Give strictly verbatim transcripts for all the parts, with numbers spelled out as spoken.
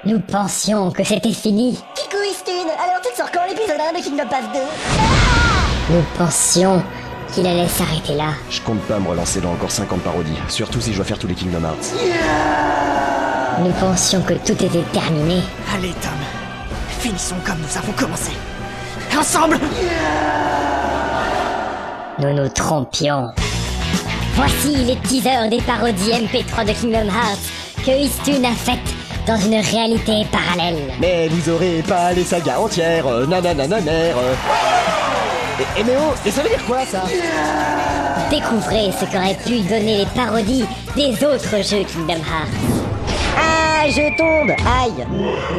Nous pensions que c'était fini. Kikou Istune, alors tu te sors quand l'épisode un de Kingdom Path deux? Nous pensions qu'il allait s'arrêter là. Je compte pas me relancer dans encore cinquante parodies, surtout si je dois faire tous les Kingdom Hearts. Nous pensions que tout était terminé. Allez Tom, finissons comme nous avons commencé. Ensemble. Nous nous trompions. Voici les teasers des parodies M P trois de Kingdom Hearts que Istune a faites dans une réalité parallèle. Mais vous aurez pas les sagas entières, euh, nananananer. Euh... Et, et mais oh, et ça veut dire quoi ça? Découvrez ce qu'auraient pu donner les parodies des autres jeux Kingdom Hearts. Ah, je tombe. Aïe.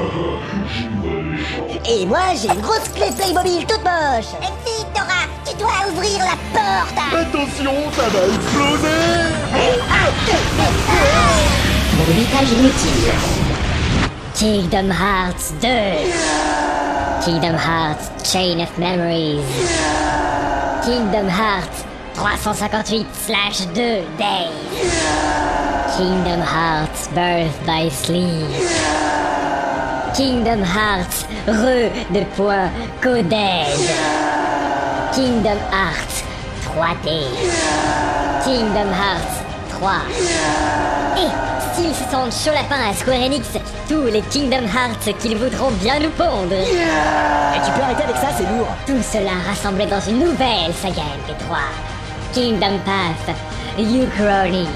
Et moi, j'ai une grosse clé Playmobil toute moche. Vite, Dora, tu dois ouvrir la porte. Attention, ça va exploser! Bruitage inutile. Kingdom Hearts deux. Kingdom Hearts Chain of Memories. Kingdom Hearts trois cent cinquante-huit slash deux Days. Kingdom Hearts Birth by Sleep. Kingdom Hearts Re de point Coded. Kingdom Hearts trois D. Kingdom Hearts trois. Et s'ils se sentent chaud lapin à Square Enix, tous les Kingdom Hearts qu'ils voudront bien nous pondre. Et tu peux arrêter avec ça, c'est lourd. Tout cela rassemblé dans une nouvelle saga M P trois. Kingdom Path Uchronie.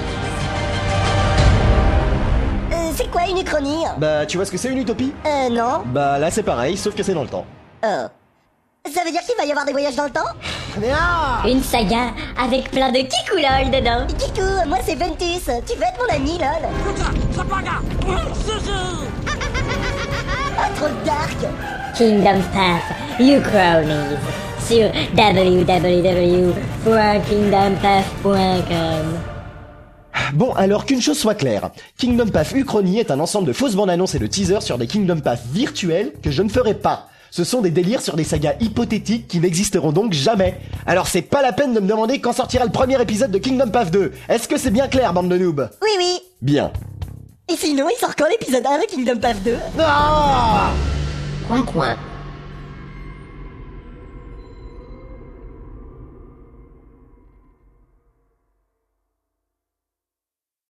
Euh, c'est quoi une uchronie? Bah, tu vois ce que c'est une utopie? Euh, non. Bah là c'est pareil, sauf que c'est dans le temps. Oh. Ça veut dire qu'il va y avoir des voyages dans le temps? Mais ah! Une saga avec plein de kikoulol dedans. Kikou, moi c'est Ventus. Tu veux être mon ami, lol? Ah, trop dark. Kingdom Path Uchronies sur w w w point kingdom path point com. Bon, alors qu'une chose soit claire, Kingdom Path Uchronie est un ensemble de fausses bandes annonces et de teasers sur des Kingdom Path virtuels que je ne ferai pas. Ce sont des délires sur des sagas hypothétiques qui n'existeront donc jamais. Alors c'est pas la peine de me demander quand sortira le premier épisode de Kingdom Path deux. Est-ce que c'est bien clair, bande de noobs? Oui, oui. Bien. Et sinon, il sort quand l'épisode un de Kingdom Path deux? Ah! Coin coin.